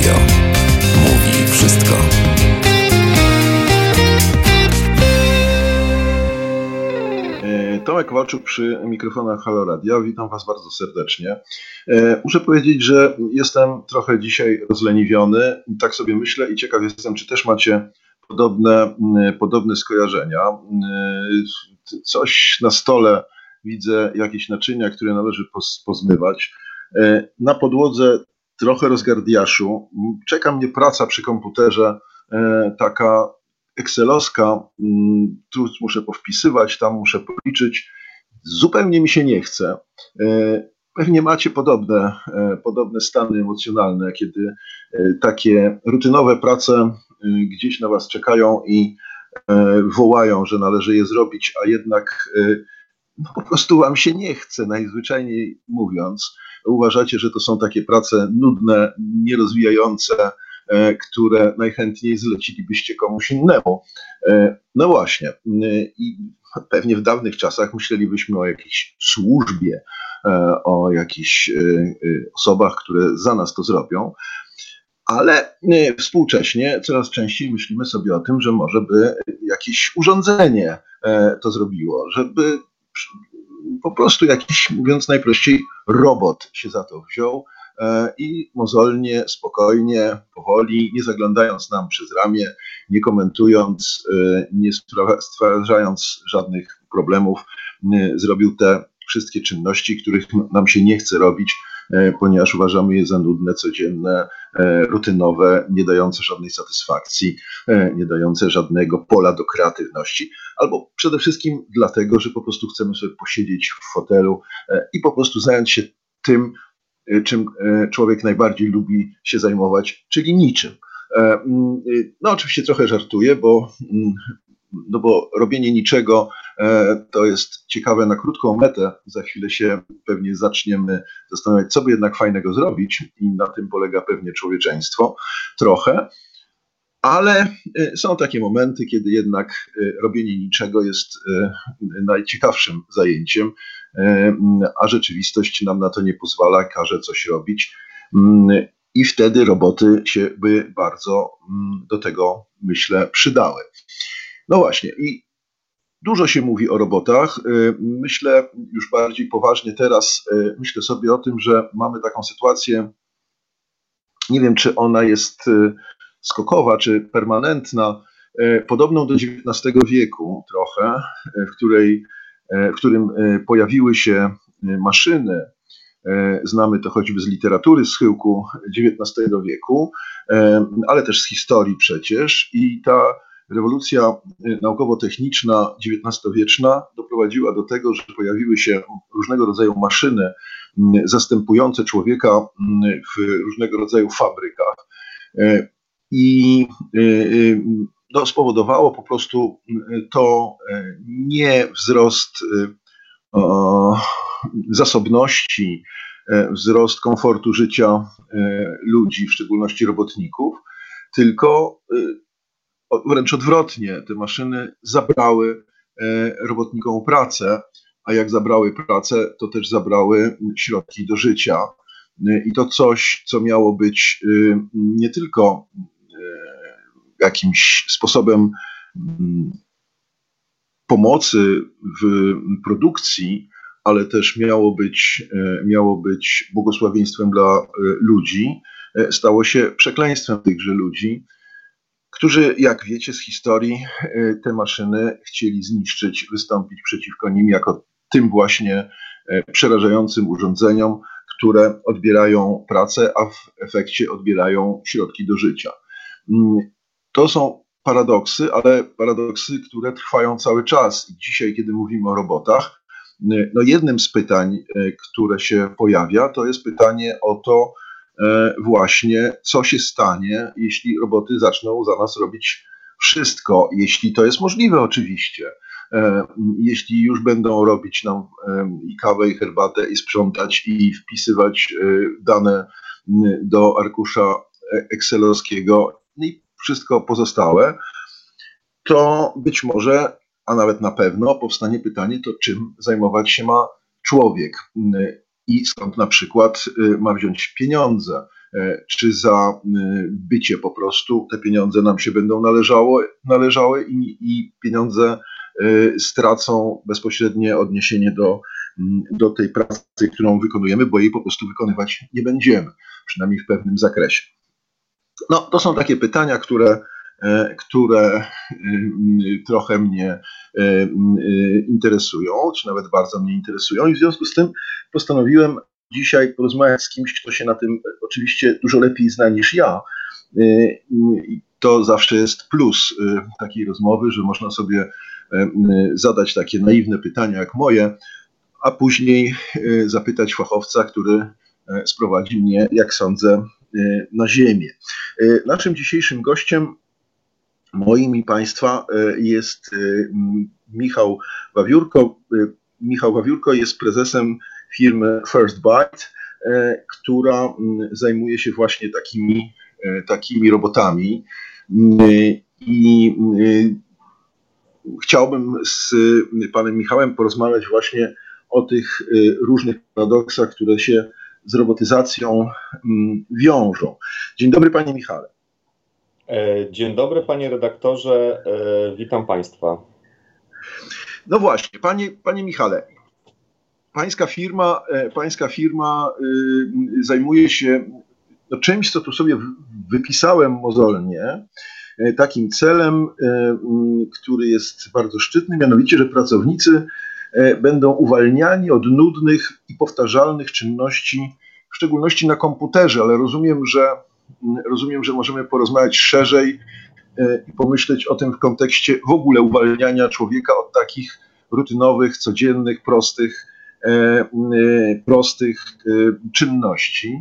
Radio. Mówi wszystko. Tomek Kowalczuk przy mikrofonach Halo Radio. Witam Was bardzo serdecznie. Muszę powiedzieć, że jestem trochę dzisiaj rozleniwiony. Tak sobie myślę i ciekaw jestem, czy też macie podobne skojarzenia. Coś na stole widzę, jakieś naczynia, które należy pozmywać. Na podłodze trochę rozgardiaszu. Czeka mnie praca przy komputerze, taka excelowska. Tu muszę powpisywać, tam muszę policzyć. Zupełnie mi się nie chce. Pewnie macie podobne stany emocjonalne, kiedy takie rutynowe prace gdzieś na Was czekają i wołają, że należy je zrobić, a jednak po prostu Wam się nie chce, najzwyczajniej mówiąc. Uważacie, że to są takie prace nudne, nierozwijające, które najchętniej zlecilibyście komuś innemu. No właśnie. I pewnie w dawnych czasach myślelibyśmy o jakiejś służbie, o jakichś osobach, które za nas to zrobią. Ale współcześnie coraz częściej myślimy sobie o tym, że może by jakieś urządzenie to zrobiło, żeby po prostu jakiś, mówiąc najprościej, robot się za to wziął i mozolnie, spokojnie, powoli, nie zaglądając nam przez ramię, nie komentując, nie stwarzając żadnych problemów, zrobił te wszystkie czynności, których nam się nie chce robić, ponieważ uważamy je za nudne, codzienne, rutynowe, nie dające żadnej satysfakcji, nie dające żadnego pola do kreatywności, albo przede wszystkim dlatego, że po prostu chcemy sobie posiedzieć w fotelu i po prostu zająć się tym, czym człowiek najbardziej lubi się zajmować, czyli niczym. No oczywiście trochę żartuję, bo robienie niczego to jest ciekawe na krótką metę. Za chwilę się pewnie zaczniemy zastanawiać, co by jednak fajnego zrobić i na tym polega pewnie człowieczeństwo trochę. Ale są takie momenty, kiedy jednak robienie niczego jest najciekawszym zajęciem, a rzeczywistość nam na to nie pozwala, każe coś robić. I wtedy roboty się by bardzo do tego, myślę, przydały. No właśnie, i dużo się mówi o robotach. Myślę już bardziej poważnie teraz, myślę sobie o tym, że mamy taką sytuację, nie wiem, czy ona jest skokowa, czy permanentna, podobną do XIX wieku trochę, w którym pojawiły się maszyny. Znamy to choćby z literatury schyłku XIX wieku, ale też z historii przecież. I ta rewolucja naukowo-techniczna XIX-wieczna doprowadziła do tego, że pojawiły się różnego rodzaju maszyny zastępujące człowieka w różnego rodzaju fabrykach. I spowodowało po prostu to nie wzrost zasobności, wzrost komfortu życia ludzi, w szczególności robotników, tylko wręcz odwrotnie, te maszyny zabrały robotnikom pracę, a jak zabrały pracę, to też zabrały środki do życia. I to coś, co miało być nie tylko jakimś sposobem pomocy w produkcji, ale też miało być błogosławieństwem dla ludzi, stało się przekleństwem tychże ludzi, którzy, jak wiecie z historii, te maszyny chcieli zniszczyć, wystąpić przeciwko nim jako tym właśnie przerażającym urządzeniom, które odbierają pracę, a w efekcie odbierają środki do życia. To są paradoksy, ale paradoksy, które trwają cały czas. I dzisiaj, kiedy mówimy o robotach, no jednym z pytań, które się pojawia, to jest pytanie o to właśnie, co się stanie, jeśli roboty zaczną za nas robić wszystko, jeśli to jest możliwe oczywiście. Jeśli już będą robić nam i kawę, i herbatę, i sprzątać, i wpisywać dane do arkusza excelowskiego i wszystko pozostałe, to być może, a nawet na pewno powstanie pytanie, to czym zajmować się ma człowiek i skąd na przykład ma wziąć pieniądze. czy za bycie po prostu. Te pieniądze nam się będą należały i pieniądze stracą bezpośrednie odniesienie do tej pracy, którą wykonujemy, bo jej po prostu wykonywać nie będziemy, przynajmniej w pewnym zakresie. No, to są takie pytania, które trochę mnie interesują, czy nawet bardzo mnie interesują, i w związku z tym postanowiłem dzisiaj porozmawiać z kimś, kto się na tym oczywiście dużo lepiej zna niż ja. To zawsze jest plus takiej rozmowy, że można sobie zadać takie naiwne pytania jak moje, a później zapytać fachowca, który sprowadzi mnie, jak sądzę, na ziemię. Naszym dzisiejszym gościem, moim i Państwa, jest Michał Wawiórko. Michał Wawiórko jest prezesem firmy First Byte, która zajmuje się właśnie takimi robotami. I chciałbym z panem Michałem porozmawiać właśnie o tych różnych paradoksach, które się z robotyzacją wiążą. Dzień dobry, panie Michale. Dzień dobry, panie redaktorze, witam państwa. No właśnie, panie Michale, pańska firma zajmuje się czymś, co tu sobie wypisałem mozolnie, takim celem, który jest bardzo szczytny, mianowicie, że pracownicy będą uwalniani od nudnych i powtarzalnych czynności, w szczególności na komputerze, ale rozumiem, że możemy porozmawiać szerzej i pomyśleć o tym w kontekście w ogóle uwalniania człowieka od takich rutynowych, codziennych, prostych czynności.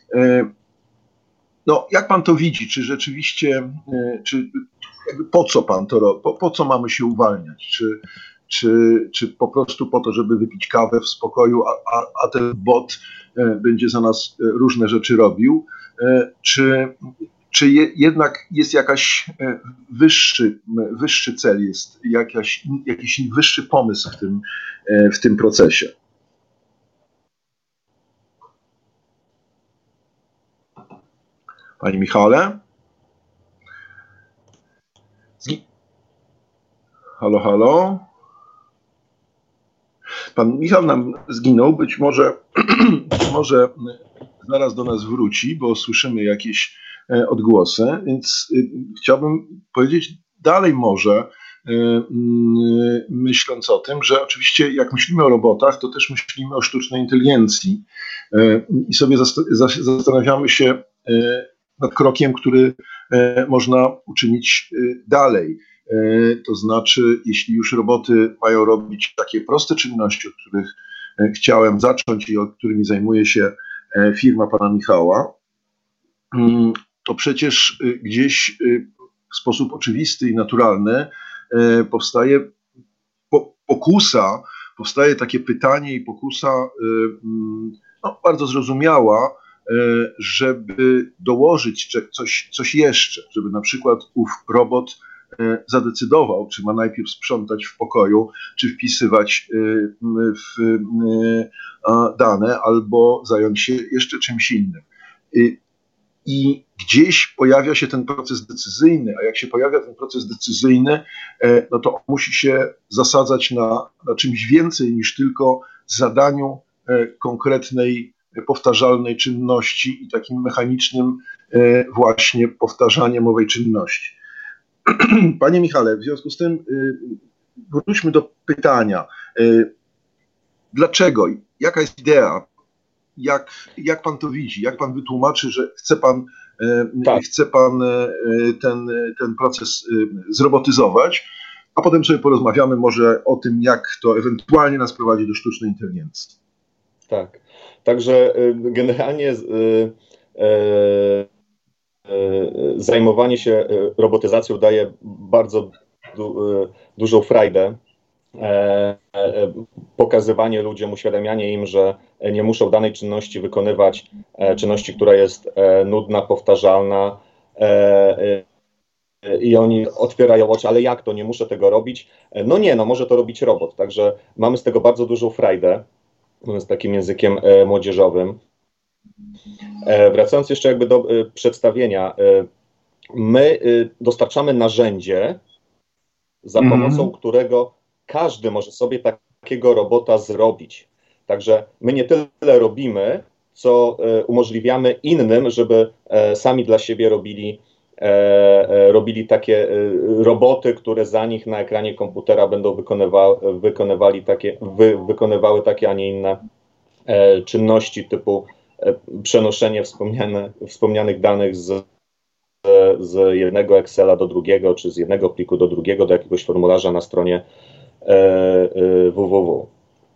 No, jak pan to widzi? Czy rzeczywiście, po co pan to robi? Po co mamy się uwalniać? Czy po prostu po to, żeby wypić kawę w spokoju, a ten bot będzie za nas różne rzeczy robił? Czy jednak jest jakiś wyższy cel, jest jakiś wyższy pomysł w tym procesie? Panie Michale? Halo, halo? Pan Michał nam zginął, być może zaraz do nas wróci, bo słyszymy jakieś odgłosy, więc chciałbym powiedzieć dalej może, myśląc o tym, że oczywiście jak myślimy o robotach, to też myślimy o sztucznej inteligencji i sobie zastanawiamy się nad krokiem, który można uczynić dalej. To znaczy, jeśli już roboty mają robić takie proste czynności, od których chciałem zacząć i którymi zajmuje się firma pana Michała, to przecież gdzieś w sposób oczywisty i naturalny powstaje pokusa, powstaje takie pytanie i pokusa bardzo zrozumiała, żeby dołożyć coś jeszcze, żeby na przykład ów robot zadecydował, czy ma najpierw sprzątać w pokoju, czy wpisywać dane, albo zająć się jeszcze czymś innym. I gdzieś pojawia się ten proces decyzyjny, a jak się pojawia ten proces decyzyjny, no to on musi się zasadzać na czymś więcej niż tylko zadaniu konkretnej, powtarzalnej czynności i takim mechanicznym właśnie powtarzaniem owej czynności. Panie Michale, w związku z tym wróćmy do pytania. Dlaczego? Jaka jest idea? Jak pan to widzi? Jak pan wytłumaczy, że chce pan ten proces zrobotyzować, a potem sobie porozmawiamy może o tym, jak to ewentualnie nas prowadzi do sztucznej inteligencji. Tak, także generalnie zajmowanie się robotyzacją daje bardzo dużą frajdę. Pokazywanie ludziom, uświadamianie im, że nie muszą danej czynności wykonywać, czynności, która jest nudna, powtarzalna, i oni otwierają oczy, ale jak to, nie muszę tego robić? No nie, no może to robić robot, także mamy z tego bardzo dużą frajdę, z takim językiem młodzieżowym. Wracając jeszcze jakby do przedstawienia, my dostarczamy narzędzie, za pomocą którego każdy może sobie takiego robota zrobić. Także my nie tyle robimy, co umożliwiamy innym, żeby sami dla siebie robili takie roboty, które za nich na ekranie komputera będą wykonywały takie, a nie inne czynności typu przenoszenie wspomnianych danych z jednego Excela do drugiego, czy z jednego pliku do drugiego, do jakiegoś formularza na stronie www.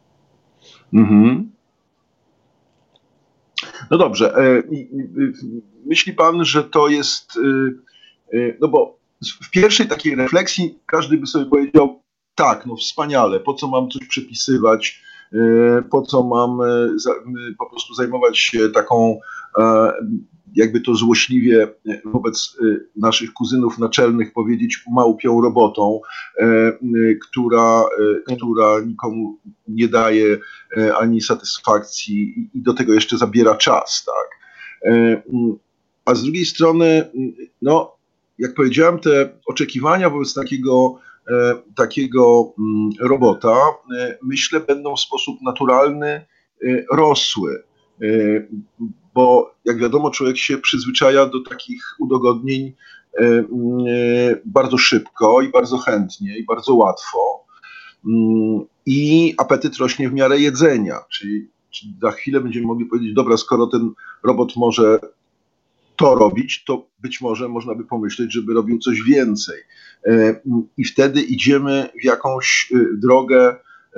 No dobrze. Myśli pan, że to jest, no bo w pierwszej takiej refleksji każdy by sobie powiedział, tak, no wspaniale, po co mam coś przepisywać, po co mam po prostu zajmować się taką, jakby to złośliwie wobec naszych kuzynów naczelnych powiedzieć, małpią robotą, która nikomu nie daje ani satysfakcji i do tego jeszcze zabiera czas, tak? A z drugiej strony, no, jak powiedziałem, te oczekiwania wobec takiego robota, myślę, będą w sposób naturalny rosły, bo jak wiadomo, człowiek się przyzwyczaja do takich udogodnień bardzo szybko i bardzo chętnie i bardzo łatwo i apetyt rośnie w miarę jedzenia, czyli za chwilę będziemy mogli powiedzieć, dobra, skoro ten robot może to robić, to być może można by pomyśleć, żeby robił coś więcej. I wtedy idziemy w jakąś drogę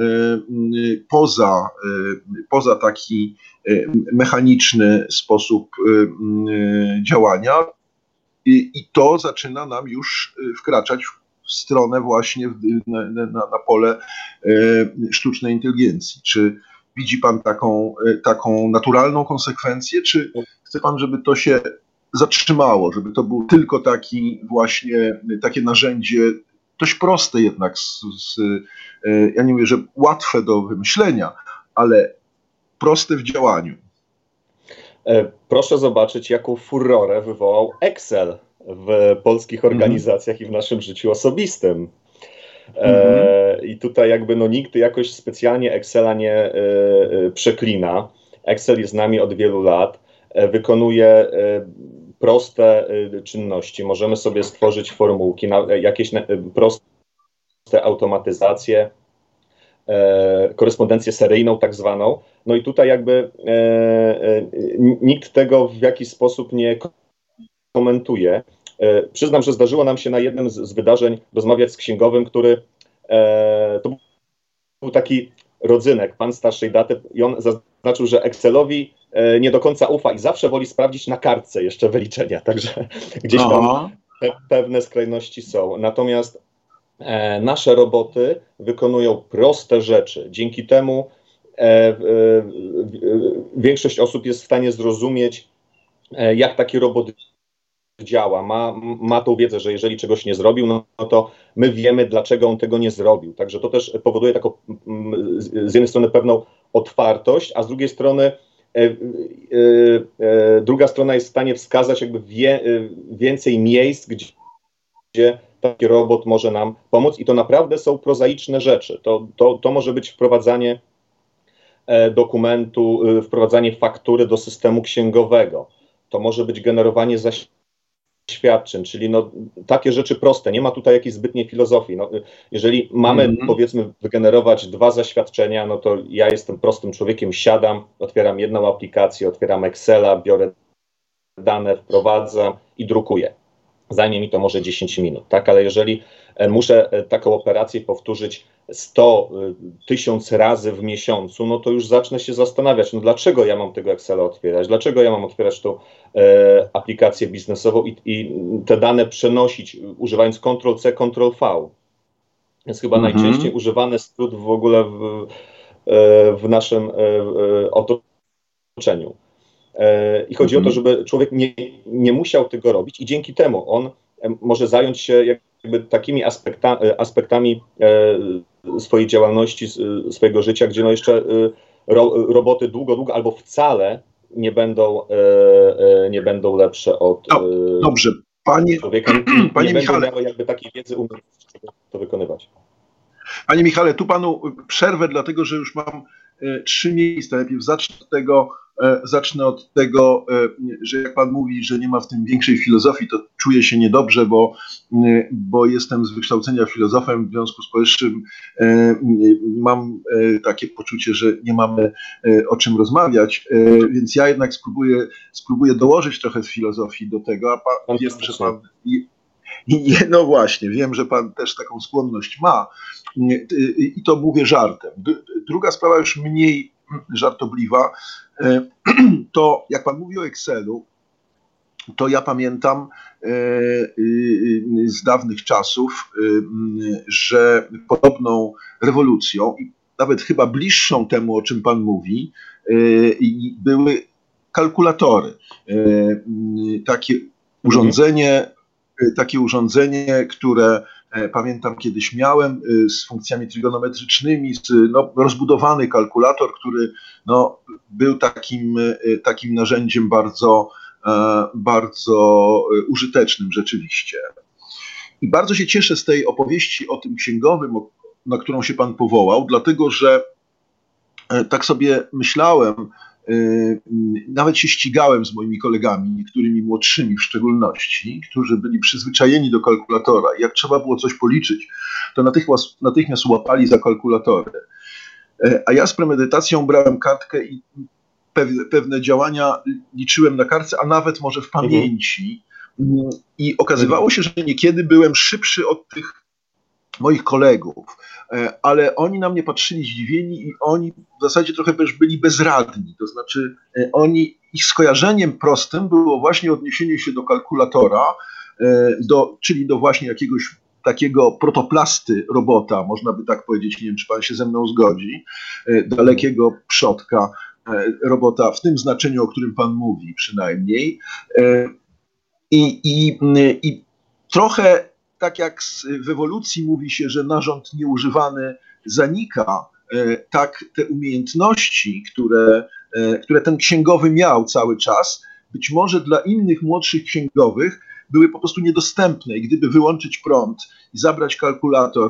poza taki mechaniczny sposób działania i to zaczyna nam już wkraczać w stronę właśnie na pole sztucznej inteligencji. Czy widzi pan taką naturalną konsekwencję, czy chce pan, żeby to się zatrzymało, żeby to był tylko takie narzędzie, dość proste jednak, ja nie mówię, że łatwe do wymyślenia, ale proste w działaniu. Proszę zobaczyć, jaką furorę wywołał Excel w polskich organizacjach i w naszym życiu osobistym. I tutaj jakby nikt jakoś specjalnie Excela nie przeklina. Excel jest z nami od wielu lat, wykonuje proste czynności. Możemy sobie stworzyć formułki, jakieś proste automatyzacje, korespondencję seryjną tak zwaną. No i tutaj jakby nikt tego w jakiś sposób nie komentuje. Przyznam, że zdarzyło nam się na jednym z wydarzeń rozmawiać z księgowym, który to był taki rodzynek, pan starszej daty, i on zaznaczył, że Excelowi nie do końca ufa i zawsze woli sprawdzić na kartce jeszcze wyliczenia, także gdzieś tam pewne skrajności są. Natomiast nasze roboty wykonują proste rzeczy. Dzięki temu większość osób jest w stanie zrozumieć, jak taki robot działa. Ma tą wiedzę, że jeżeli czegoś nie zrobił, no to my wiemy, dlaczego on tego nie zrobił. Także to też powoduje taką z jednej strony pewną otwartość, a z drugiej strony druga strona jest w stanie wskazać jakby więcej miejsc, gdzie taki robot może nam pomóc i to naprawdę są prozaiczne rzeczy. To może być wprowadzanie dokumentu, wprowadzanie faktury do systemu księgowego. To może być generowanie zaświadczeń, czyli takie rzeczy proste. Nie ma tutaj jakiejś zbytniej filozofii. Jeżeli mamy, powiedzmy, wygenerować 2 zaświadczenia, no to ja jestem prostym człowiekiem, siadam, otwieram jedną aplikację, otwieram Excela, biorę dane, wprowadzam i drukuję. Zajmie mi to może 10 minut, tak? Ale jeżeli muszę taką operację powtórzyć 100 000 razy w miesiącu, no to już zacznę się zastanawiać, dlaczego ja mam tego Excela otwierać, dlaczego ja mam otwierać tą aplikację biznesową i te dane przenosić, używając Ctrl-C, Ctrl-V. Jest chyba najczęściej używany skrót w ogóle w naszym otoczeniu. I chodzi o to, żeby człowiek nie musiał tego robić i dzięki temu on może zająć się jakby takimi aspektami swojej działalności, swojego życia, gdzie jeszcze roboty długo albo wcale nie będą lepsze od dobrze. człowieka. Panie nie Michale, będą miały jakby takiej wiedzy, umiejętności, żeby to wykonywać. Panie Michale, tu panu przerwę, dlatego że już mam 3 miejsca. Najpierw zacznę od tego, że jak pan mówi, że nie ma w tym większej filozofii, to czuję się niedobrze, bo jestem z wykształcenia filozofem, w związku z powyższym mam takie poczucie, że nie mamy o czym rozmawiać, więc ja jednak spróbuję dołożyć trochę z filozofii do tego, a pan, wiem, że pan... No właśnie, wiem, że pan też taką skłonność ma i to mówię żartem. Druga sprawa już mniej żartobliwa, to jak pan mówi o Excelu, to ja pamiętam z dawnych czasów, że podobną rewolucją i nawet chyba bliższą temu, o czym pan mówi, były kalkulatory. Takie urządzenie, które pamiętam kiedyś miałem z funkcjami trygonometrycznymi, rozbudowany kalkulator, który był takim narzędziem bardzo użytecznym rzeczywiście. I bardzo się cieszę z tej opowieści o tym księgowym, na którą się pan powołał, dlatego że tak sobie myślałem, nawet się ścigałem z moimi kolegami, niektórymi młodszymi w szczególności, którzy byli przyzwyczajeni do kalkulatora. Jak trzeba było coś policzyć, to natychmiast łapali za kalkulatory. A ja z premedytacją brałem kartkę i pewne działania liczyłem na kartce, a nawet może w pamięci. I okazywało się, że niekiedy byłem szybszy od tych moich kolegów, ale oni na mnie patrzyli zdziwieni i oni w zasadzie trochę też byli bezradni. To znaczy ich skojarzeniem prostym było właśnie odniesienie się do kalkulatora, czyli do właśnie jakiegoś takiego protoplasty robota, można by tak powiedzieć, nie wiem, czy pan się ze mną zgodzi, dalekiego przodka robota w tym znaczeniu, o którym pan mówi przynajmniej. I trochę tak jak w ewolucji mówi się, że narząd nieużywany zanika, tak te umiejętności, które ten księgowy miał cały czas, być może dla innych młodszych księgowych były po prostu niedostępne. I gdyby wyłączyć prąd i zabrać kalkulator,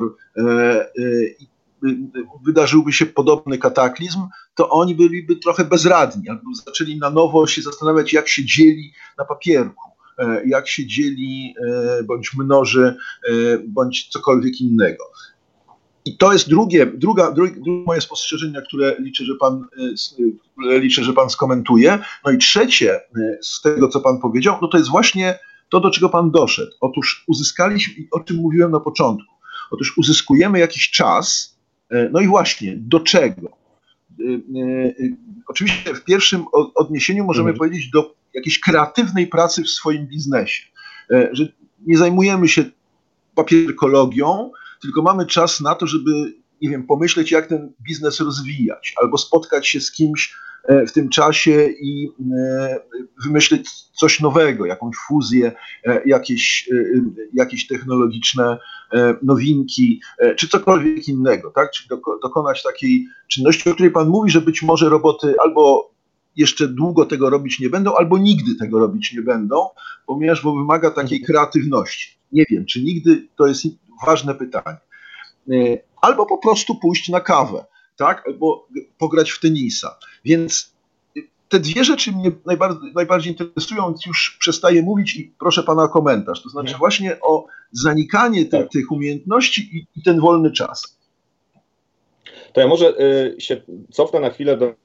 wydarzyłby się podobny kataklizm, to oni byliby trochę bezradni, albo zaczęli na nowo się zastanawiać, jak się dzieli na papierku, jak się dzieli, bądź mnoży, bądź cokolwiek innego. I to jest drugie moje spostrzeżenie, które liczę, że pan skomentuje. No i trzecie z tego, co pan powiedział, no to jest właśnie to, do czego pan doszedł. Otóż uzyskaliśmy, o czym mówiłem na początku, uzyskujemy jakiś czas, no i właśnie, do czego? Oczywiście w pierwszym odniesieniu możemy powiedzieć do jakiejś kreatywnej pracy w swoim biznesie, że nie zajmujemy się papierkologią, tylko mamy czas na to, żeby, nie wiem, pomyśleć, jak ten biznes rozwijać, albo spotkać się z kimś w tym czasie i wymyśleć coś nowego, jakąś fuzję, jakieś technologiczne nowinki, czy cokolwiek innego, tak? Czy dokonać takiej czynności, o której pan mówi, że być może roboty albo jeszcze długo tego robić nie będą, albo nigdy tego robić nie będą, ponieważ wymaga takiej kreatywności. Nie wiem, czy nigdy, to jest ważne pytanie. Albo po prostu pójść na kawę, tak? Albo pograć w tenisa. Więc te dwie rzeczy mnie najbardziej interesują, więc już przestaję mówić i proszę pana o komentarz. To znaczy właśnie o zanikanie tych umiejętności i ten wolny czas. To ja może się cofnę na chwilę do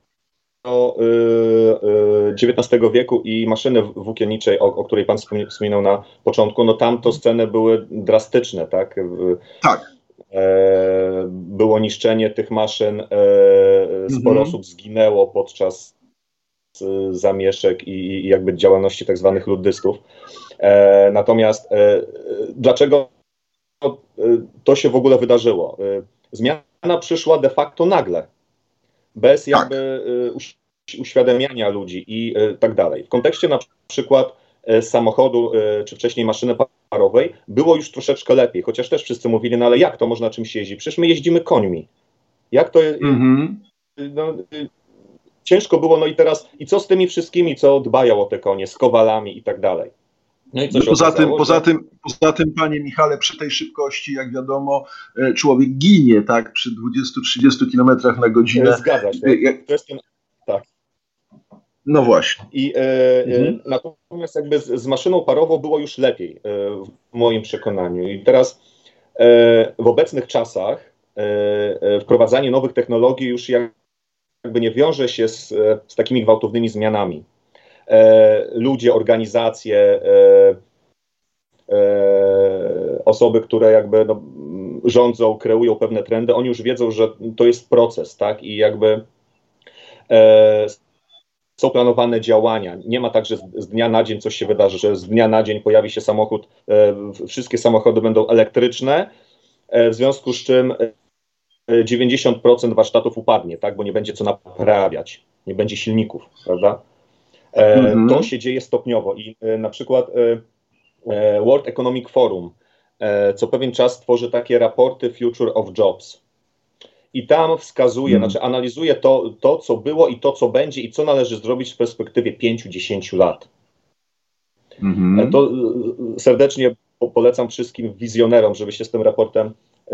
XIX wieku i maszyny włókienniczej, o której pan wspominał na początku. No tam to sceny były drastyczne, tak? Tak. Było niszczenie tych maszyn, sporo osób zginęło podczas zamieszek i jakby działalności tak zwanych luddystów. Natomiast dlaczego to się w ogóle wydarzyło? Zmiana przyszła de facto nagle, bez jakby uświadamiania ludzi i tak dalej. W kontekście na przykład samochodu, czy wcześniej maszyny parowej, było już troszeczkę lepiej, chociaż też wszyscy mówili, no ale jak to można czymś jeździć? Przecież my jeździmy końmi. Jak to jest? ciężko było, no i teraz, i co z tymi wszystkimi, co dbają o te konie, z kowalami i tak dalej. No i co się okazało, poza tym, panie Michale, przy tej szybkości, jak wiadomo, człowiek ginie, tak, przy 20-30 km na godzinę. Zgadza się. Tak. No właśnie. I natomiast jakby z maszyną parową było już lepiej, w moim przekonaniu. I teraz w obecnych czasach wprowadzanie nowych technologii już jakby nie wiąże się z takimi gwałtownymi zmianami. Ludzie, organizacje, osoby, które jakby rządzą, kreują pewne trendy, oni już wiedzą, że to jest proces, tak? I jakby są planowane działania. Nie ma tak, że z dnia na dzień coś się wydarzy, że z dnia na dzień pojawi się samochód, wszystkie samochody będą elektryczne, w związku z czym 90% warsztatów upadnie, tak? Bo nie będzie co naprawiać, nie będzie silników, prawda? To się dzieje stopniowo i na przykład World Economic Forum co pewien czas tworzy takie raporty Future of Jobs i tam wskazuje, znaczy analizuje to, co było i to, co będzie i co należy zrobić w perspektywie 5-10 lat. To serdecznie polecam wszystkim wizjonerom, żeby się z tym raportem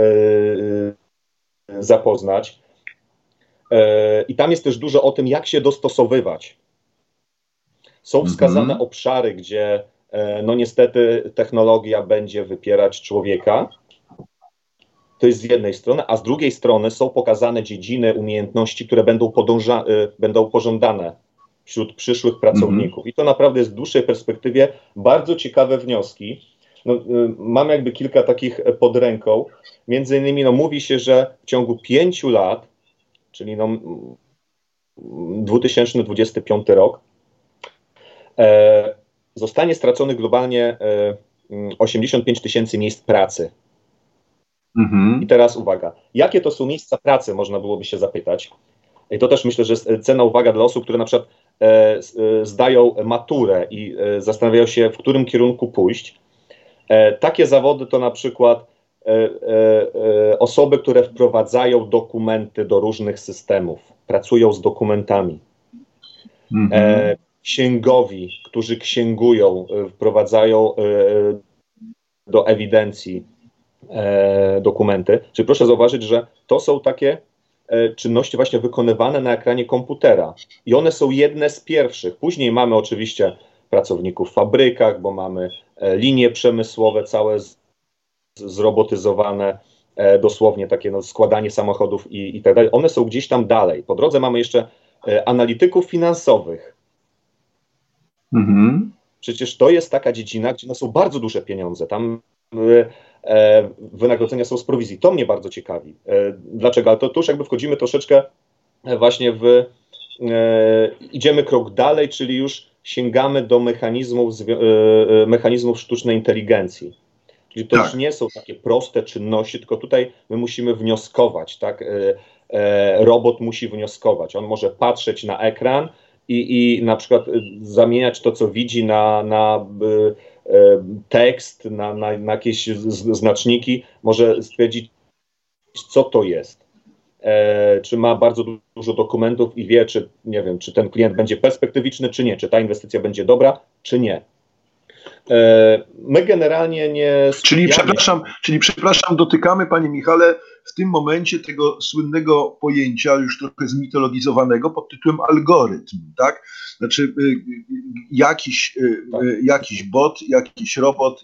zapoznać. I tam jest też dużo o tym, jak się dostosowywać. Są wskazane obszary, gdzie no niestety technologia będzie wypierać człowieka. To jest z jednej strony, a z drugiej strony są pokazane dziedziny umiejętności, które będą pożądane wśród przyszłych pracowników. I to naprawdę jest w dłuższej perspektywie bardzo ciekawe wnioski. No, mam jakby kilka takich pod ręką. Między innymi mówi się, że w ciągu 5 lat, czyli 2025 rok, zostanie straconych globalnie 85 000 miejsc pracy. I teraz uwaga, jakie to są miejsca pracy, można byłoby się zapytać. I to też myślę, że jest cenna uwaga dla osób, które na przykład zdają maturę i zastanawiają się, w którym kierunku pójść. Takie zawody to na przykład osoby, które wprowadzają dokumenty do różnych systemów, pracują z dokumentami. Księgowi, którzy księgują, wprowadzają do ewidencji dokumenty. Czyli proszę zauważyć, że to są takie czynności właśnie wykonywane na ekranie komputera i one są jedne z pierwszych. Później mamy oczywiście pracowników w fabrykach, bo mamy linie przemysłowe całe zrobotyzowane, dosłownie takie składanie samochodów i tak dalej. One są gdzieś tam dalej. Po drodze mamy jeszcze analityków finansowych. Przecież to jest taka dziedzina, gdzie są bardzo duże pieniądze. Tam wynagrodzenia są z prowizji. To mnie bardzo ciekawi. Dlaczego? Ale to już jakby wchodzimy troszeczkę właśnie idziemy krok dalej, czyli już sięgamy do mechanizmów sztucznej inteligencji. Czyli to już nie są takie proste czynności, tylko tutaj my musimy wnioskować, tak? Robot musi wnioskować. On może patrzeć na ekran i na przykład zamieniać to, co widzi na tekst, na jakieś znaczniki, może stwierdzić, co to jest. Czy ma bardzo dużo dokumentów i wie, czy, nie wiem, czy ten klient będzie perspektywiczny, czy nie, czy ta inwestycja będzie dobra, czy nie. My generalnie nie... Czyli przepraszam, dotykamy, panie Michale, w tym momencie tego słynnego pojęcia, już trochę zmitologizowanego, pod tytułem algorytm, tak? Znaczy jakiś bot, jakiś robot,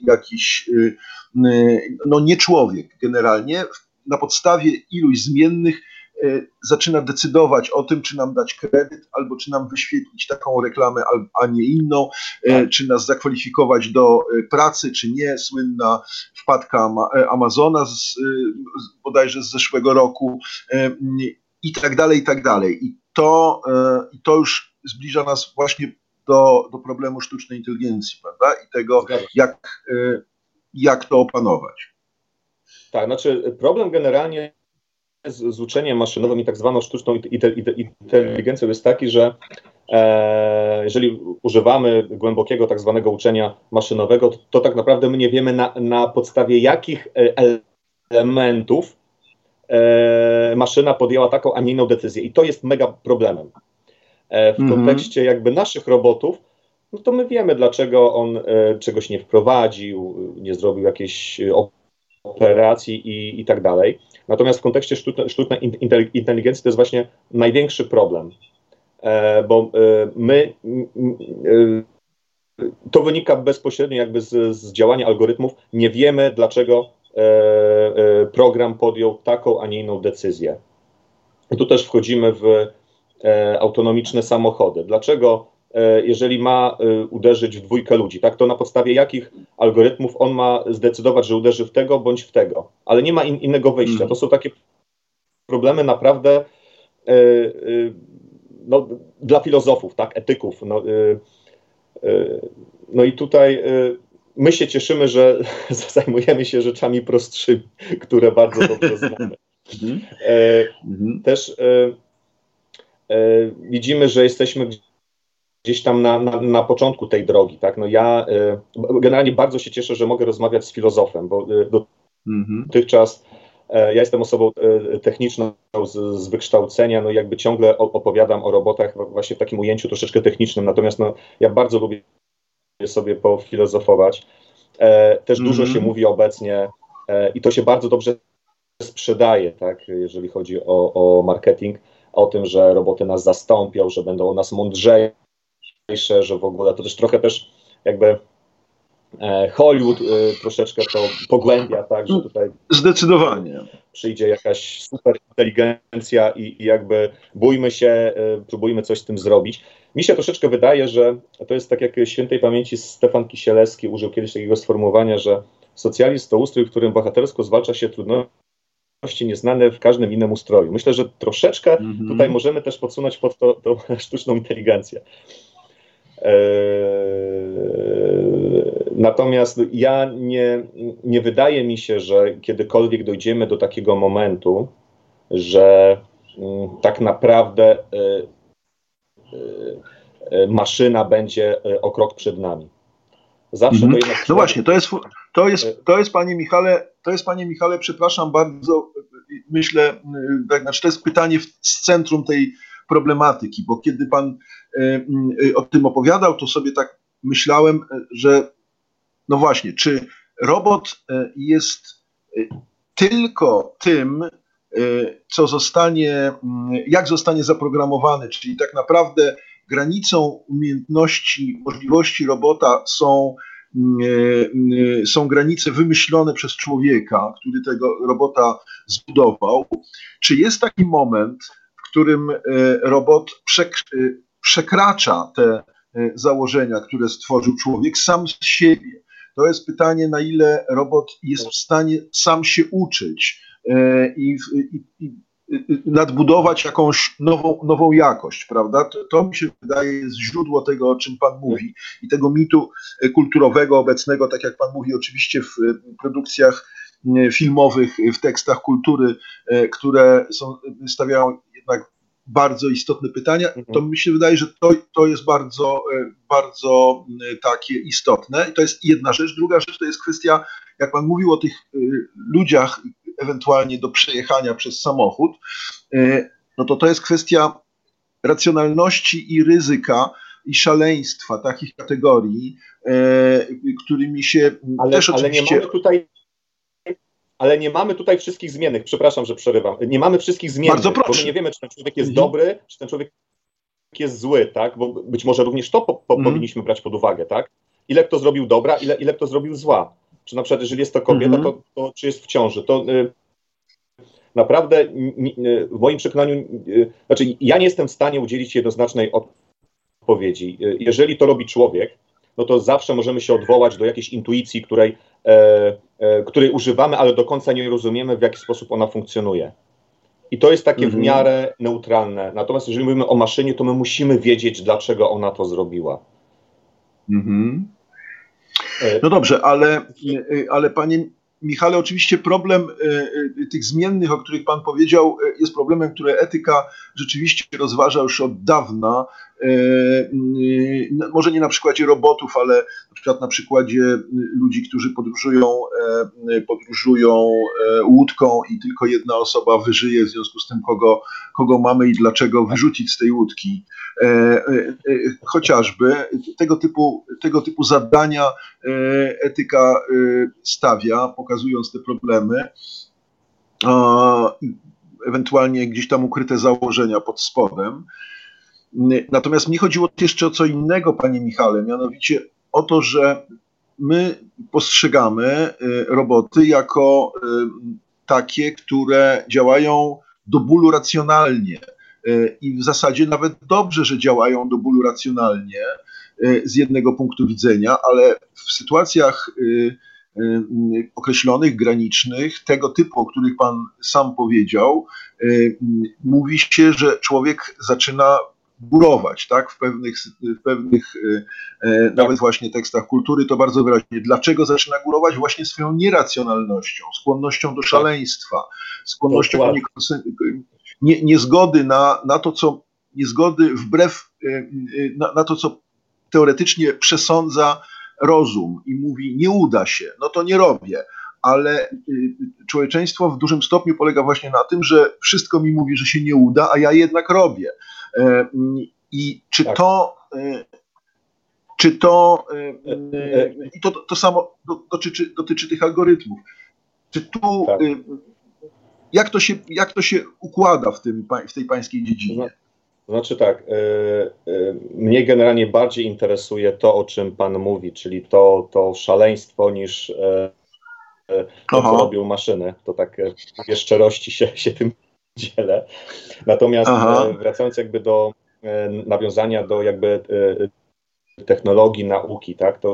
no nie człowiek generalnie, na podstawie iluś zmiennych zaczyna decydować o tym, czy nam dać kredyt, albo czy nam wyświetlić taką reklamę, a nie inną, czy nas zakwalifikować do pracy, czy nie. Słynna wpadka Amazona bodajże z zeszłego roku i tak dalej, i tak dalej. I to już zbliża nas właśnie do problemu sztucznej inteligencji, prawda? I tego, jak to opanować. Tak, znaczy problem generalnie z uczeniem maszynowym i tak zwaną sztuczną inteligencją jest taki, że jeżeli używamy głębokiego tak zwanego uczenia maszynowego, to tak naprawdę my nie wiemy na podstawie jakich elementów maszyna podjęła taką, a nie inną decyzję. I to jest mega problemem. W kontekście jakby naszych robotów, no to my wiemy, dlaczego on czegoś nie wprowadził, nie zrobił jakiejś operacji i tak dalej. Natomiast w kontekście sztucznej inteligencji to jest właśnie największy problem, bo my, to wynika bezpośrednio jakby z działania algorytmów, nie wiemy, dlaczego program podjął taką, a nie inną decyzję. I tu też wchodzimy w autonomiczne samochody. Dlaczego, jeżeli ma uderzyć w dwójkę ludzi, tak, to na podstawie jakich algorytmów on ma zdecydować, że uderzy w tego bądź w tego, ale nie ma innego wyjścia. To są takie problemy naprawdę no, dla filozofów, tak, etyków. No i tutaj my się cieszymy, że zajmujemy się rzeczami prostszymi, które bardzo dobrze znamy. Też widzimy, że jesteśmy gdzieś tam na początku tej drogi. Tak? No ja generalnie bardzo się cieszę, że mogę rozmawiać z filozofem, bo dotychczas ja jestem osobą techniczną z wykształcenia, no jakby ciągle opowiadam o robotach właśnie w takim ujęciu troszeczkę technicznym, natomiast no, ja bardzo lubię sobie pofilozofować. Też dużo się mówi obecnie i to się bardzo dobrze sprzedaje, tak, jeżeli chodzi o marketing, o tym, że roboty nas zastąpią, że będą o nas mądrzejsze, że w ogóle to też trochę też jakby Hollywood troszeczkę to pogłębia, tak, że tutaj zdecydowanie przyjdzie jakaś super inteligencja i jakby bójmy się, próbujmy coś z tym zrobić. Mi się troszeczkę wydaje, że to jest tak jak świętej pamięci Stefan Kisielewski użył kiedyś takiego sformułowania, że socjalizm to ustrój, w którym bohatersko zwalcza się trudności nieznane w każdym innym ustroju. Myślę, że troszeczkę tutaj możemy też podsunąć pod tą sztuczną inteligencję. Natomiast ja nie wydaje mi się, że kiedykolwiek dojdziemy do takiego momentu, że tak naprawdę maszyna będzie o krok przed nami. Zawsze to jednak... No właśnie, to jest Panie Michale, przepraszam bardzo, myślę, tak, znaczy to jest pytanie z centrum tej problematyki, bo kiedy Pan o tym opowiadał, to sobie tak myślałem, że no właśnie, czy robot jest tylko tym, co zostanie, jak zostanie zaprogramowany, czyli tak naprawdę granicą umiejętności, możliwości robota są granice wymyślone przez człowieka, który tego robota zbudował. Czy jest taki moment, w którym robot przekracza te założenia, które stworzył człowiek sam z siebie? To jest pytanie, na ile robot jest w stanie sam się uczyć i nadbudować jakąś nową jakość, prawda? To mi się wydaje jest źródło tego, o czym Pan mówi i tego mitu kulturowego obecnego, tak jak Pan mówi oczywiście w produkcjach filmowych, w tekstach kultury, które stawiają jednak bardzo istotne pytania, to mi się wydaje, że to jest bardzo, bardzo takie istotne i to jest jedna rzecz. Druga rzecz to jest kwestia, jak Pan mówił o tych ludziach ewentualnie do przejechania przez samochód, no to jest kwestia racjonalności i ryzyka i szaleństwa takich kategorii, którymi się też oczywiście... Ale nie mamy tutaj wszystkich zmiennych. Przepraszam, że przerywam. Nie mamy wszystkich zmiennych, bardzo proszę. Bo my nie wiemy, czy ten człowiek jest dobry, czy ten człowiek jest zły, tak? Bo być może również to powinniśmy brać pod uwagę, tak? Ile kto zrobił dobra, ile kto zrobił zła. Czy na przykład, jeżeli jest to kobieta, to czy jest w ciąży. To naprawdę w moim przekonaniu, znaczy ja nie jestem w stanie udzielić jednoznacznej odpowiedzi. Jeżeli to robi człowiek, no to zawsze możemy się odwołać do jakiejś intuicji, której używamy, ale do końca nie rozumiemy, w jaki sposób ona funkcjonuje. I to jest takie w miarę neutralne. Natomiast jeżeli mówimy o maszynie, to my musimy wiedzieć, dlaczego ona to zrobiła. No dobrze, ale Panie Michale, oczywiście problem tych zmiennych, o których Pan powiedział, jest problemem, który etyka rzeczywiście rozważa już od dawna może nie na przykładzie robotów, ale na przykład na przykładzie ludzi, którzy podróżują łódką i tylko jedna osoba wyżyje, w związku z tym kogo mamy i dlaczego wyrzucić z tej łódki. Chociażby tego typu zadania etyka stawia, pokazując te problemy, ewentualnie gdzieś tam ukryte założenia pod spodem. Natomiast mi chodziło jeszcze o co innego, panie Michale, mianowicie o to, że my postrzegamy roboty jako takie, które działają do bólu racjonalnie i w zasadzie nawet dobrze, że działają do bólu racjonalnie z jednego punktu widzenia, ale w sytuacjach określonych, granicznych, tego typu, o których pan sam powiedział, mówi się, że człowiek zaczyna górować, tak? W pewnych nawet właśnie tekstach kultury to bardzo wyraźnie. Dlaczego zaczyna górować? Właśnie swoją nieracjonalnością, skłonnością do szaleństwa, skłonnością do niezgody na to, co niezgody wbrew na to, co teoretycznie przesądza rozum i mówi, nie uda się, no to nie robię. Ale człowieczeństwo w dużym stopniu polega właśnie na tym, że wszystko mi mówi, że się nie uda, a ja jednak robię. I czy tak. To samo dotyczy tych algorytmów. Czy tu, tak. Jak to się układa w tej pańskiej dziedzinie? Znaczy tak, mnie generalnie bardziej interesuje to, o czym pan mówi, czyli to szaleństwo niż to, co robią maszyny. To tak w szczerości się tym dzielę. Natomiast wracając jakby do nawiązania do jakby technologii, nauki, tak, to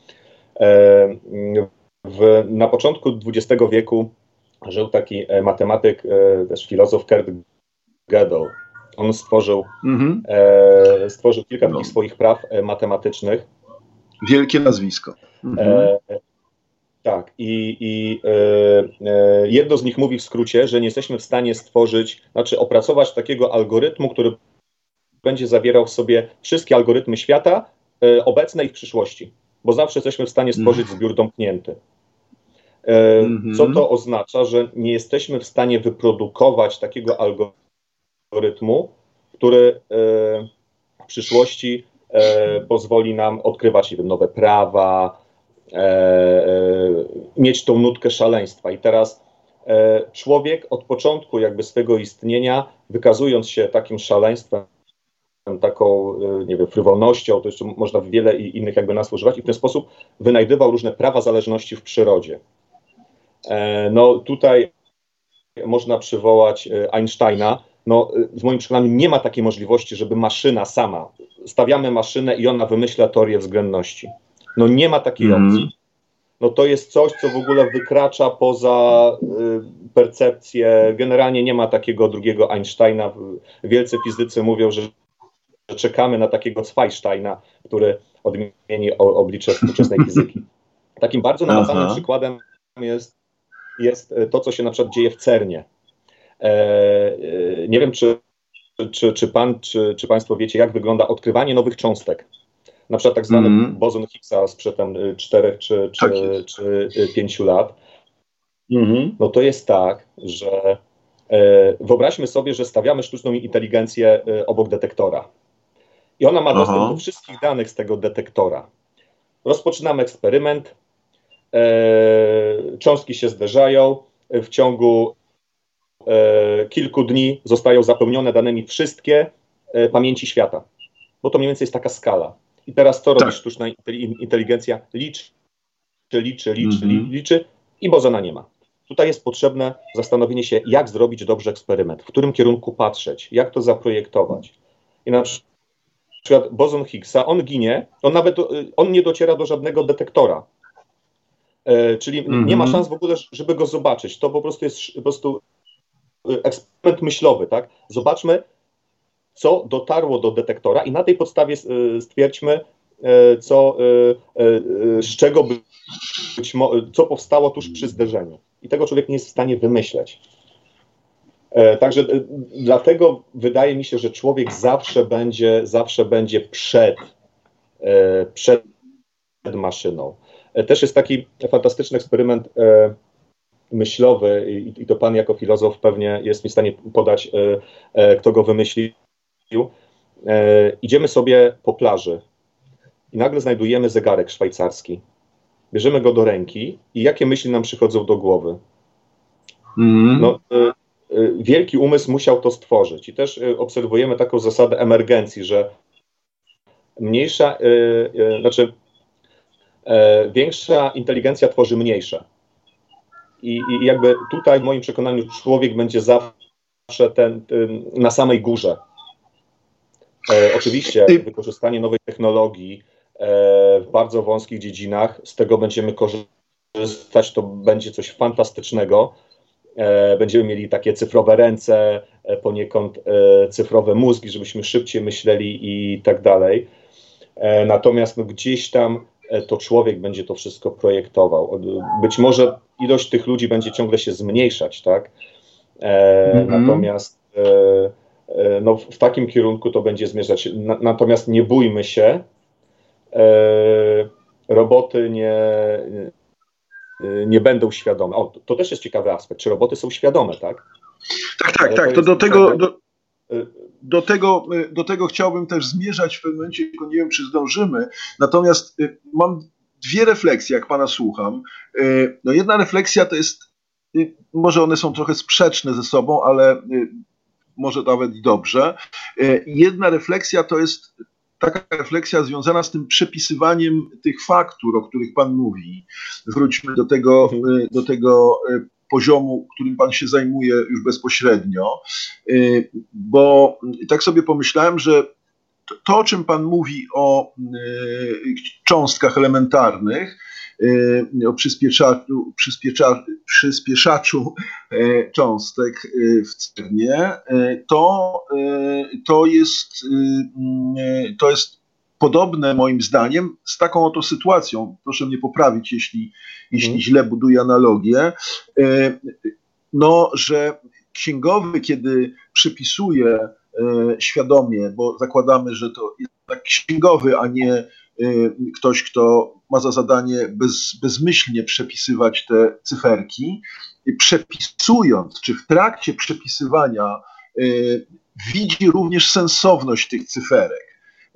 na początku XX wieku żył taki matematyk, też filozof Kurt Gödel. On stworzył kilka takich swoich praw matematycznych. Wielkie nazwisko. Tak, i jedno z nich mówi w skrócie, że nie jesteśmy w stanie opracować takiego algorytmu, który będzie zawierał w sobie wszystkie algorytmy świata, obecne i w przyszłości, bo zawsze jesteśmy w stanie stworzyć zbiór domknięty. Co to oznacza, że nie jesteśmy w stanie wyprodukować takiego algorytmu, który w przyszłości pozwoli nam odkrywać nowe prawa, mieć tą nutkę szaleństwa. I teraz człowiek od początku jakby swego istnienia, wykazując się takim szaleństwem, taką, nie wiem, frywolnością, to jeszcze można wiele innych jakby nazw używać, i w ten sposób wynajdywał różne prawa zależności w przyrodzie. No tutaj można przywołać Einsteina. No, w moim przekonaniu nie ma takiej możliwości, żeby maszyna sama, stawiamy maszynę i ona wymyśla teorię względności. No nie ma takiej opcji. No to jest coś, co w ogóle wykracza poza percepcję. Generalnie nie ma takiego drugiego Einsteina. Wielcy fizycy mówią, że czekamy na takiego Zweisteina, który odmieni oblicze współczesnej fizyki. Takim bardzo namacalnym przykładem jest to, co się na przykład dzieje w CERNie. Nie wiem, czy państwo wiecie, jak wygląda odkrywanie nowych cząstek. Na przykład tak zwany bozon Higgsa sprzed 4 czy 5 lat. No to jest tak, że wyobraźmy sobie, że stawiamy sztuczną inteligencję obok detektora. I ona ma dostęp do wszystkich danych z tego detektora. Rozpoczynamy eksperyment, cząstki się zderzają, w ciągu kilku dni zostają zapełnione danymi wszystkie pamięci świata. Bo to mniej więcej jest taka skala. I teraz co robi sztuczna inteligencja? Liczy i bozona nie ma. Tutaj jest potrzebne zastanowienie się, jak zrobić dobrze eksperyment, w którym kierunku patrzeć, jak to zaprojektować. I na przykład bozon Higgsa, on ginie, on nie dociera do żadnego detektora. Czyli nie ma szans w ogóle, żeby go zobaczyć. To po prostu jest eksperyment myślowy, tak? Zobaczmy, co dotarło do detektora i na tej podstawie stwierdźmy, z czego co powstało tuż przy zderzeniu. I tego człowiek nie jest w stanie wymyśleć. Także dlatego wydaje mi się, że człowiek zawsze będzie przed maszyną. Też jest taki fantastyczny eksperyment myślowy i to pan jako filozof pewnie jest mi w stanie podać, kto go wymyślił. Idziemy sobie po plaży i nagle znajdujemy zegarek szwajcarski. Bierzemy go do ręki i jakie myśli nam przychodzą do głowy? No, wielki umysł musiał to stworzyć i też obserwujemy taką zasadę emergencji, że większa inteligencja tworzy mniejsze. I jakby tutaj w moim przekonaniu człowiek będzie zawsze na samej górze. Oczywiście wykorzystanie nowej technologii w bardzo wąskich dziedzinach, z tego będziemy korzystać, to będzie coś fantastycznego. Będziemy mieli takie cyfrowe ręce, poniekąd cyfrowe mózgi, żebyśmy szybciej myśleli i tak dalej. Natomiast gdzieś tam to człowiek będzie to wszystko projektował. Być może ilość tych ludzi będzie ciągle się zmniejszać, tak? Natomiast no, w takim kierunku to będzie zmierzać. Natomiast nie bójmy się, roboty nie będą świadome. O, to też jest ciekawy aspekt. Czy roboty są świadome, tak? Tak. To do tego chciałbym też zmierzać w pewnym momencie, tylko nie wiem, czy zdążymy. Natomiast mam dwie refleksje, jak pana słucham. No jedna refleksja to jest, może one są trochę sprzeczne ze sobą, ale może nawet i dobrze. Jedna refleksja to jest taka refleksja związana z tym przepisywaniem tych faktur, o których pan mówi. Wróćmy do tego poziomu, którym pan się zajmuje już bezpośrednio, bo tak sobie pomyślałem, że to, o czym pan mówi, o cząstkach elementarnych, o przyspieszaczu cząstek w CERN-ie, to jest podobne moim zdaniem z taką oto sytuacją. Proszę mnie poprawić, jeśli źle buduję analogię, no, że księgowy, kiedy przypisuje świadomie, bo zakładamy, że to jest tak księgowy, a nie ktoś, kto ma za zadanie bezmyślnie przepisywać te cyferki, przepisując, czy w trakcie przepisywania widzi również sensowność tych cyferek,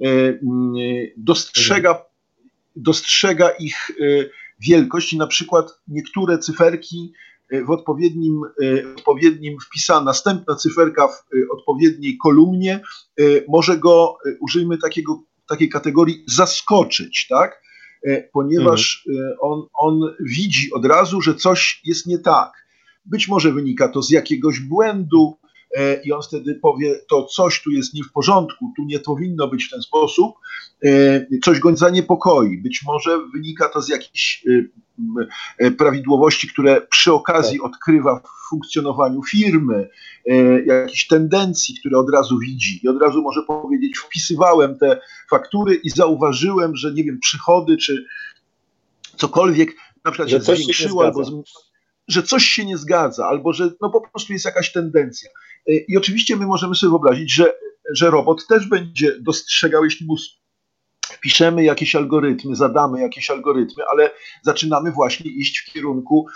dostrzega ich wielkość i na przykład niektóre cyferki w odpowiednim wpisana, następna cyferka w odpowiedniej kolumnie może go, użyjmy takiej kategorii, zaskoczyć, tak? Ponieważ on widzi od razu, że coś jest nie tak. Być może wynika to z jakiegoś błędu i on wtedy powie, to coś tu jest nie w porządku, tu nie powinno być w ten sposób, coś go zaniepokoi. Być może wynika to z jakichś prawidłowości, które przy okazji odkrywa w funkcjonowaniu firmy, jakichś tendencji, które od razu widzi i od razu może powiedzieć, wpisywałem te faktury i zauważyłem, że nie wiem, przychody czy cokolwiek na przykład się zwiększyło, albo że coś się nie zgadza, albo że no po prostu jest jakaś tendencja. I oczywiście my możemy sobie wyobrazić, że robot też będzie dostrzegał, jeśli mu wpiszemy jakieś algorytmy, zadamy jakieś algorytmy, ale zaczynamy właśnie iść w kierunku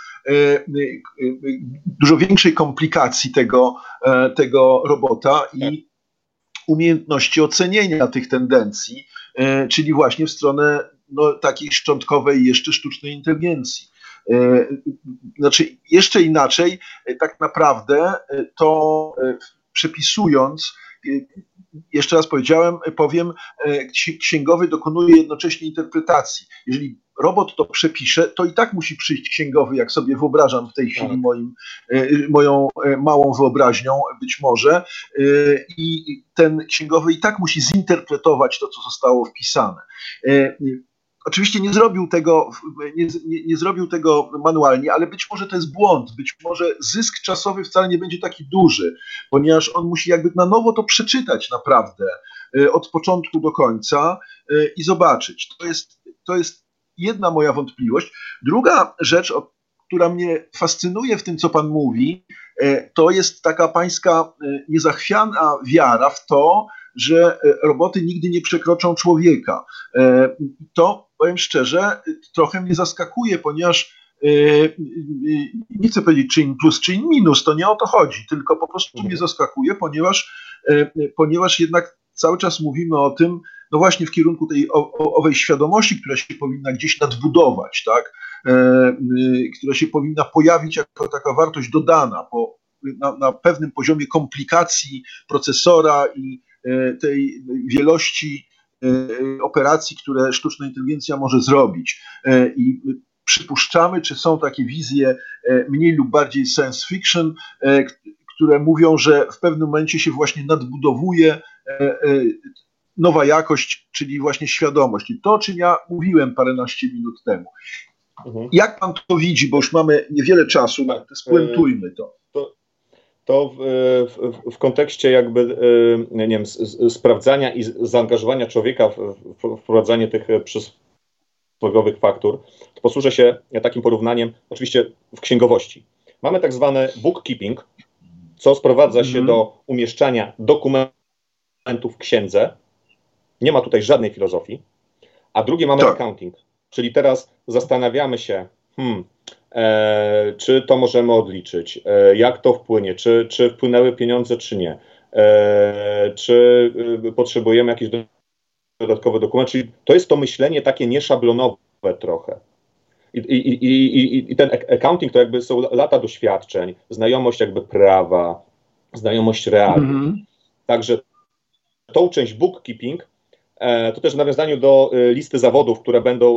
dużo większej komplikacji tego robota i umiejętności ocenienia tych tendencji, czyli właśnie w stronę takiej szczątkowej jeszcze sztucznej inteligencji. Znaczy jeszcze inaczej, tak naprawdę to przepisując, jeszcze raz powiem, księgowy dokonuje jednocześnie interpretacji. Jeżeli robot to przepisze, to i tak musi przyjść księgowy, jak sobie wyobrażam w tej chwili moją małą wyobraźnią być może, i ten księgowy i tak musi zinterpretować to, co zostało wpisane. Oczywiście nie zrobił tego manualnie, ale być może to jest błąd, być może zysk czasowy wcale nie będzie taki duży, ponieważ on musi jakby na nowo to przeczytać naprawdę od początku do końca i zobaczyć. To jest jedna moja wątpliwość. Druga rzecz, która mnie fascynuje w tym, co pan mówi, to jest taka pańska niezachwiana wiara w to, że roboty nigdy nie przekroczą człowieka. To, powiem szczerze, trochę mnie zaskakuje, ponieważ nie chcę powiedzieć czy in plus, czy in minus, to nie o to chodzi, tylko po prostu mnie zaskakuje, ponieważ jednak cały czas mówimy o tym, no właśnie w kierunku tej owej świadomości, która się powinna gdzieś nadbudować, tak? Która się powinna pojawić jako taka wartość dodana na pewnym poziomie komplikacji procesora i tej wielości operacji, które sztuczna inteligencja może zrobić. I przypuszczamy, czy są takie wizje mniej lub bardziej science fiction, które mówią, że w pewnym momencie się właśnie nadbudowuje nowa jakość, czyli właśnie świadomość. I to, o czym ja mówiłem paręnaście minut temu. Jak pan to widzi, bo już mamy niewiele czasu, spuentujmy to. To w kontekście jakby, nie wiem, sprawdzania i zaangażowania człowieka w wprowadzanie tych przysłowiowych faktur, to posłużę się takim porównaniem, oczywiście w księgowości. Mamy tak zwany bookkeeping, co sprowadza się do umieszczania dokumentów w księdze. Nie ma tutaj żadnej filozofii. A drugie mamy accounting, czyli teraz zastanawiamy się, czy to możemy odliczyć, jak to wpłynie, czy wpłynęły pieniądze, czy nie, czy potrzebujemy jakiś dodatkowy dokument, czyli to jest to myślenie takie nieszablonowe trochę. I ten accounting to jakby są lata doświadczeń, znajomość jakby prawa, znajomość realiów. Także tą część bookkeeping, to też w nawiązaniu do listy zawodów, które będą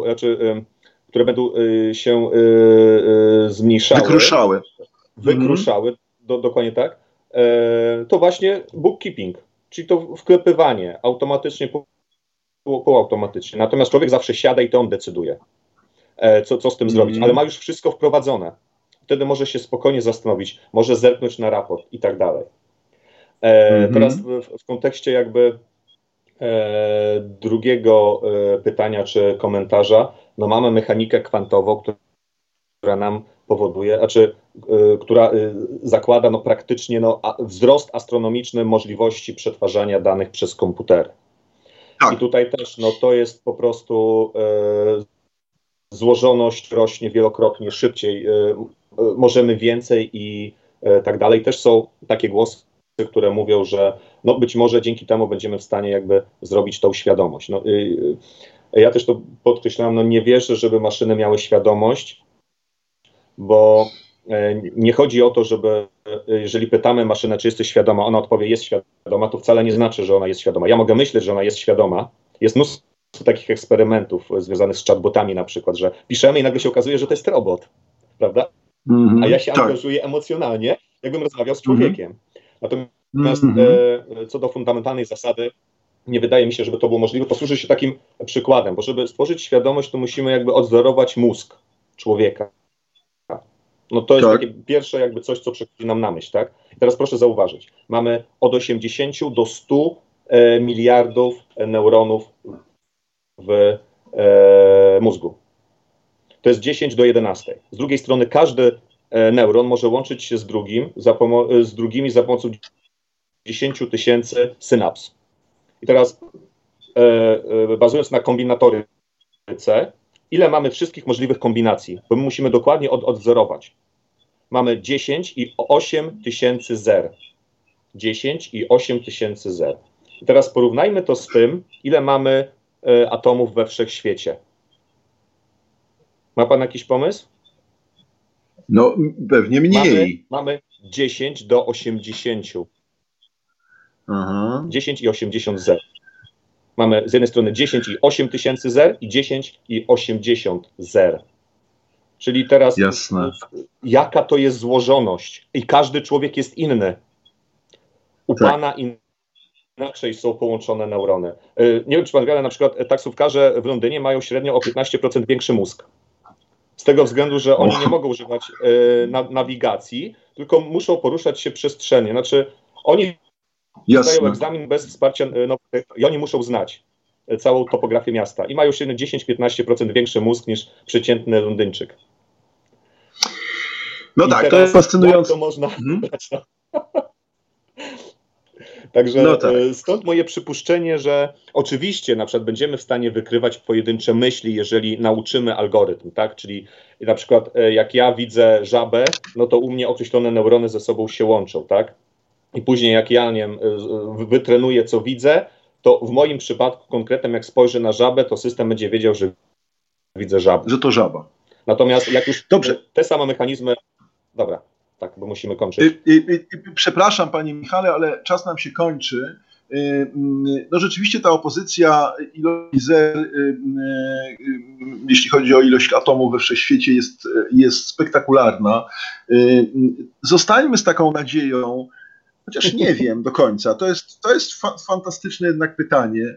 się zmniejszały. Wykruszały, dokładnie tak. To właśnie bookkeeping, czyli to wklepywanie automatycznie, półautomatycznie. Natomiast człowiek zawsze siada i to on decyduje, co z tym zrobić, ale ma już wszystko wprowadzone. Wtedy może się spokojnie zastanowić, może zerknąć na raport i tak dalej. Teraz w kontekście jakby drugiego pytania czy komentarza, no mamy mechanikę kwantową, która nam powoduje, która zakłada no praktycznie wzrost astronomiczny możliwości przetwarzania danych przez komputery. Tak. I tutaj też to jest po prostu złożoność rośnie wielokrotnie szybciej, możemy więcej i tak dalej. Też są takie głosy, które mówią, że być może dzięki temu będziemy w stanie jakby zrobić tą świadomość. Ja też to podkreślam, nie wierzę, żeby maszyny miały świadomość, bo nie chodzi o to, żeby jeżeli pytamy maszynę, czy jesteś świadoma, ona odpowie, jest świadoma, to wcale nie znaczy, że ona jest świadoma. Ja mogę myśleć, że ona jest świadoma. Jest mnóstwo takich eksperymentów związanych z chatbotami na przykład, że piszemy i nagle się okazuje, że to jest robot, prawda? A ja się angażuję emocjonalnie, jakbym rozmawiał z człowiekiem. Natomiast co do fundamentalnej zasady, nie wydaje mi się, żeby to było możliwe. Posłużę się takim przykładem, bo żeby stworzyć świadomość, to musimy jakby odwzorować mózg człowieka. To jest takie pierwsze jakby coś, co przychodzi nam na myśl, tak? I teraz proszę zauważyć, mamy od 80 do 100 miliardów neuronów w mózgu. To jest 10 do 11. Z drugiej strony każdy neuron może łączyć się z drugimi za pomocą 10 000 synaps. I teraz bazując na kombinatoryce, ile mamy wszystkich możliwych kombinacji, bo my musimy dokładnie odwzorować. Mamy 10 i 8 tysięcy zer. 10 i 8 tysięcy zer. I teraz porównajmy to z tym, ile mamy atomów we wszechświecie. Ma pan jakiś pomysł? Pewnie mniej. Mamy 10 do 80. 10 i 80 zer. Mamy z jednej strony 10 i 8 tysięcy zer i 10 i 80 zer. Czyli teraz jaka to jest złożoność? I każdy człowiek jest inny. U pana inaczej są połączone neurony. Nie wiem, czy pan wie, ale na przykład taksówkarze w Londynie mają średnio o 15% większy mózg. Z tego względu, że oni nie mogą używać nawigacji, tylko muszą poruszać się przestrzennie. Znaczy, oni zdają egzamin bez wsparcia i oni muszą znać całą topografię miasta. I mają średnio 10-15% większy mózg niż przeciętny Londyńczyk. No tak, to jest fascynujące. To można brać, no. Także stąd moje przypuszczenie, że oczywiście na przykład będziemy w stanie wykrywać pojedyncze myśli, jeżeli nauczymy algorytm, tak? Czyli na przykład jak ja widzę żabę, no to u mnie określone neurony ze sobą się łączą, tak? I później jak ja wytrenuję, co widzę, to w moim przypadku konkretnym, jak spojrzę na żabę, to system będzie wiedział, że widzę żabę. Że to żaba. Natomiast jak już te same mechanizmy... Dobra, tak, bo musimy kończyć. Przepraszam, panie Michale, ale czas nam się kończy. No rzeczywiście ta opozycja ilości zer, jeśli chodzi o ilość atomów we wszechświecie, jest spektakularna. Zostańmy z taką nadzieją, chociaż nie wiem do końca. To jest fantastyczne jednak pytanie,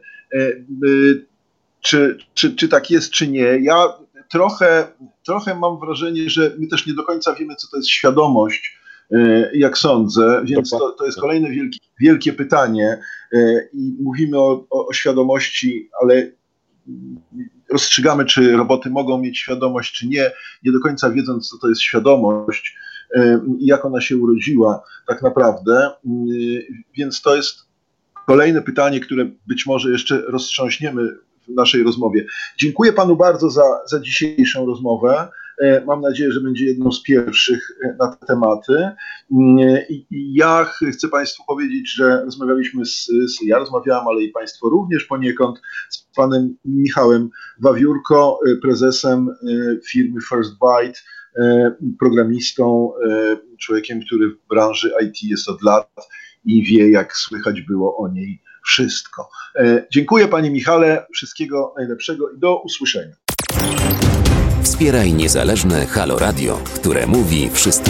czy tak jest, czy nie. Ja trochę mam wrażenie, że my też nie do końca wiemy, co to jest świadomość, jak sądzę, więc to jest kolejne wielkie pytanie i mówimy o świadomości, ale rozstrzygamy, czy roboty mogą mieć świadomość, czy nie do końca wiedząc, co to jest świadomość i jak ona się urodziła tak naprawdę, więc to jest kolejne pytanie, które być może jeszcze roztrząśniemy w naszej rozmowie. Dziękuję panu bardzo za dzisiejszą rozmowę. Mam nadzieję, że będzie jedną z pierwszych na te tematy. I ja chcę państwu powiedzieć, że rozmawialiśmy ja rozmawiałem, ale i państwo również poniekąd, z panem Michałem Wawiórko, prezesem firmy First Byte, programistą, człowiekiem, który w branży IT jest od lat i wie, jak słychać było o niej wszystko. Dziękuję panie Michale, wszystkiego najlepszego i do usłyszenia. Wspieraj niezależne Halo Radio, które mówi wszystko.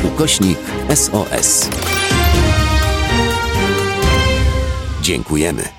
www.halo.radio/SOS. Dziękujemy.